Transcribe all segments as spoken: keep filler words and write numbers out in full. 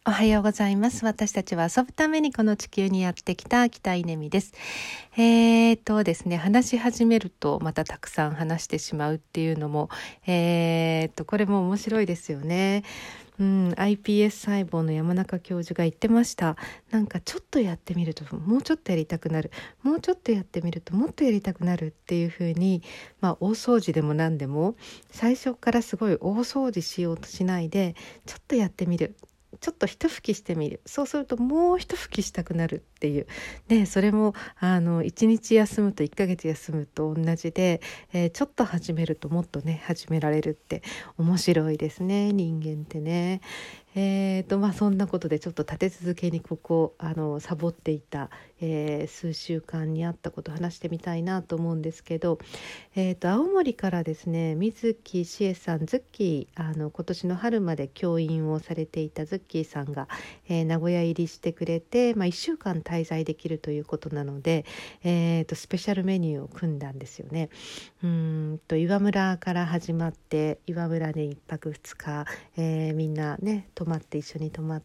おはようございます。私たちは遊ぶためにこの地球にやってきた北稲美です。えーとですね、話し始めるとまたたくさん話してしまうっていうのも、えーと、これも面白いですよね。うん、アイピーエス 細胞の山中教授が言ってました。なんかちょっとやってみるともうちょっとやりたくなる。もうちょっとやってみるともっとやりたくなるっていう風に、まあ大掃除でも何でも最初からすごい大掃除しようとしないで、ちょっとやってみる。ちょっと一吹きしてみる。そうするともう一吹きしたくなるっていう。ね、それもあのいちにち休むといっかげつ休むと同じで、えー、ちょっと始めるともっとね始められるって面白いですね、人間ってね。えーとまあ、そんなことでちょっと立て続けにここあのサボっていた、えー、数週間にあったことを話してみたいなと思うんですけど、えーと青森からですね、水木しえさん、ズッキー、あの今年の春まで教員をされていたズッキーさんが、えー、名古屋入りしてくれて、まあ、いっしゅうかん滞在できるということなので、えーとスペシャルメニューを組んだんですよね。うーんと岩村から始まって、岩村でいっぱくふつか、えー、みんなね泊まって一緒に泊まって、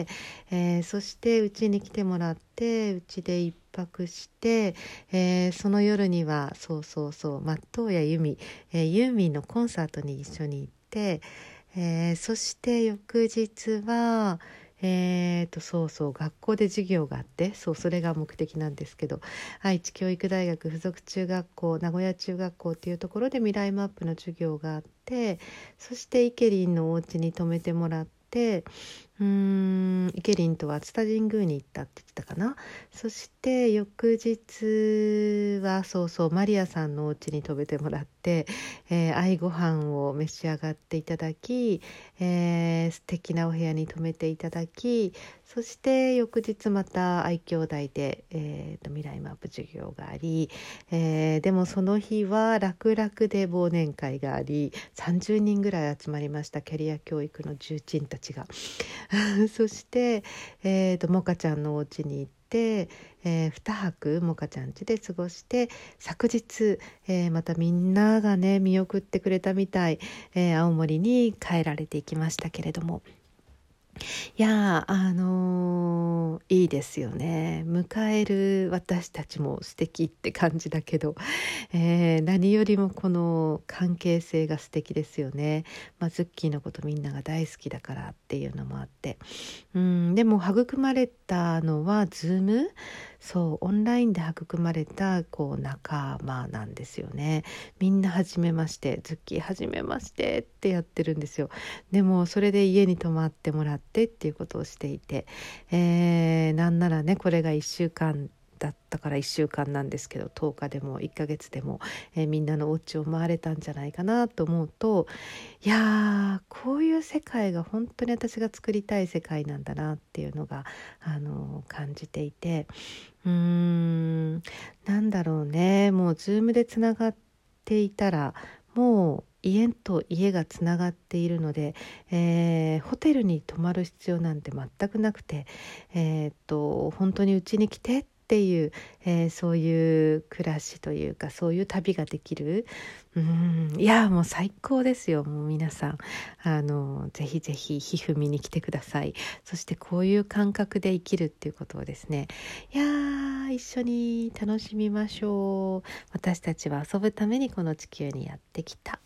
えー、そしてうちに来てもらってうちで一泊して、えー、その夜にはそうそうそう松任谷由実、えー、ユーミンのコンサートに一緒に行って、えー、そして翌日はえーとそうそう学校で授業があって、そうそれが目的なんですけど、愛知教育大学附属中学校名古屋中学校っていうところで未来マップの授業があって、そしてイケリンのお家に泊めてもらって、うーんイケリンとは熱田神宮に行ったって言ってたかな。そして翌日はそうそうマリアさんのお家に泊めてもらって、えー、愛ご飯を召し上がっていただき、えー、素敵なお部屋に泊めていただき、そして翌日また愛兄弟で、えー、と未来マップ授業があり、えー、でもその日は楽々で忘年会があり、さんじゅうにんぐらい集まりました。キャリア教育の重鎮たちがそして、えー、ともかちゃんのお家に行って、えー、にはくもかちゃん家で過ごして、昨日、えー、またみんながね見送ってくれたみたい、えー、青森に帰られていきましたけれども、いやあのー、いいですよね。迎える私たちも素敵って感じだけど、えー、何よりもこの関係性が素敵ですよね。まあ、ズッキーのことみんなが大好きだからっていうのもあって、うんでも育まれたのはズーム、そうオンラインで育まれたこう仲間なんですよね。みんな初めまして、ズッキー初めましてってやってるんですよ。でもそれで家に泊まってもらってっていうことをしていて、えー、なんならねこれがいっしゅうかんだったからいっしゅうかんなんですけど、とおかでもいっかげつでも、えー、みんなのお家を回れたんじゃないかなと思うと、いやーこういう世界が本当に私が作りたい世界なんだなっていうのが、あのー感じていて、うーんなんだろうね、もうズームでつながっていたらもう家と家がつながっているので、えー、ホテルに泊まる必要なんて全くなくて、えー、っと本当にうちに来てっていう、えー、そういう暮らしというかそういう旅ができる。うん、いやもう最高ですよ。もう皆さんあのぜひぜひひふみに来てください。そしてこういう感覚で生きるっていうことをですね、いや一緒に楽しみましょう。私たちは遊ぶためにこの地球にやってきた。